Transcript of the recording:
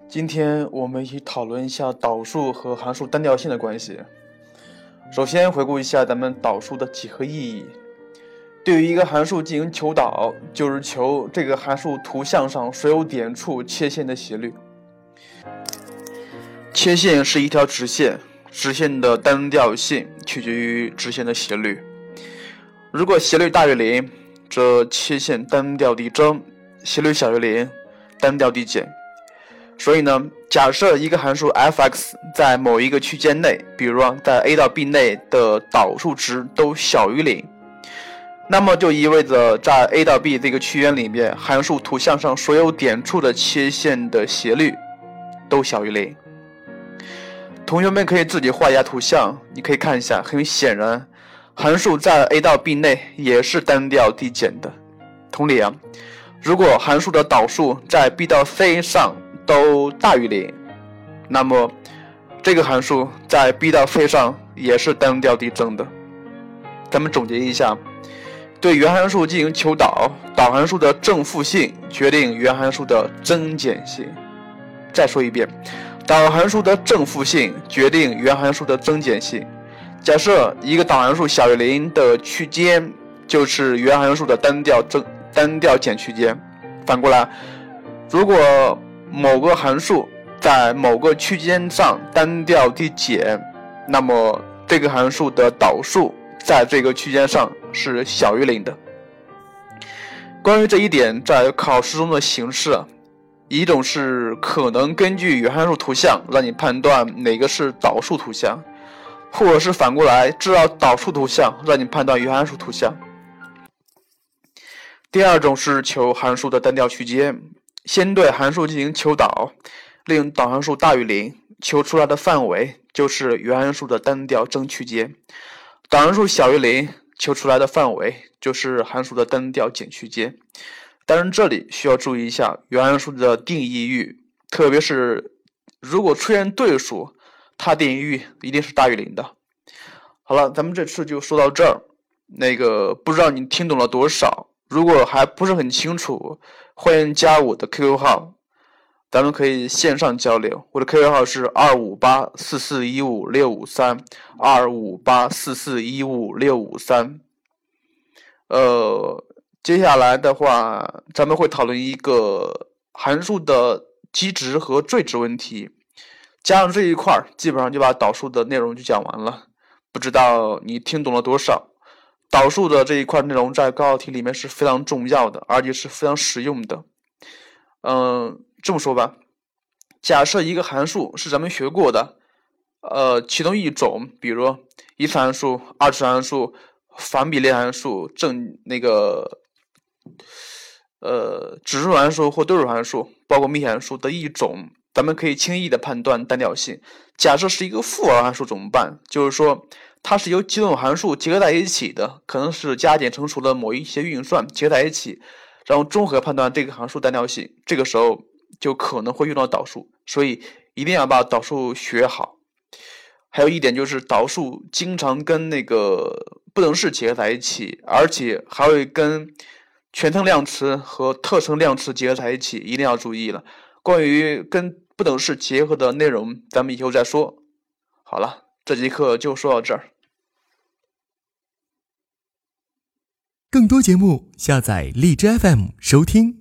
今天我们一起讨论一下导数和函数单调性的关系。首先回顾一下咱们导数的几何意义。对于一个函数进行求导，就是求这个函数图像上所有点处切线的斜率。切线是一条直线，直线的单调性取决于直线的斜率。如果斜率大于0，则切线单调递增；斜率小于0，单调递减。所以呢，假设一个函数 f(x) 在某一个区间内，比如在 a 到 b 内的导数值都小于0，那么就意味着在 a 到 b 这个区间里面，函数图像上所有点处的切线的斜率都小于0。同学们可以自己画一下图像，你可以看一下，很显然，函数在 a 到 b 内也是单调递减的。同理啊，如果函数的导数在 b 到 c 上都大于0，那么这个函数在 b 到 c 上也是单调递增的。咱们总结一下，对原函数进行求导，导函数的正负性决定原函数的增减性。再说一遍，导函数的正负性决定原函数的增减性。假设一个导函数小于0的区间就是原函数的单调减区间。反过来，如果某个函数在某个区间上单调递减，那么这个函数的导数在这个区间上是小于0的。关于这一点，在考试中的形式，一种是可能根据原函数图像让你判断哪个是导数图像，或者是反过来知道导数图像让你判断原函数图像。第二种是求函数的单调区间，先对函数进行求导，令导函数大于0，求出来的范围就是原函数的单调增区间；导函数小于0，求出来的范围就是函数的单调减区间。当然这里需要注意一下原函数的定义域，特别是如果出现对数，它定义域一定是大于0的。好了，咱们这次就说到这儿。不知道你听懂了多少，如果还不是很清楚，欢迎加我的 QQ 号，咱们可以线上交流。我的 QQ 号是258441565325844156553。接下来的话，咱们会讨论一个函数的极值和最值问题。加上这一块，基本上就把导数的内容就讲完了。不知道你听懂了多少？导数的这一块内容在高考题里面是非常重要的，而且是非常实用的。这么说吧，假设一个函数是咱们学过的，其中一种，比如一次函数、二次函数、反比例函数、指数函数或对数函数，包括幂函数的一种，咱们可以轻易的判断单调性。假设是一个负二函数怎么办？就是说它是由几种函数结合在一起的，可能是加减乘除的某一些运算结合在一起，然后综合判断这个函数单调性。这个时候就可能会用到导数，所以一定要把导数学好。还有一点就是导数经常跟不等式结合在一起，而且还会跟全称量词和特称量词结合在一起，一定要注意了。关于跟不等式结合的内容，咱们以后再说。好了，这节课就说到这儿。 更多节目下载荔枝 FM 收听。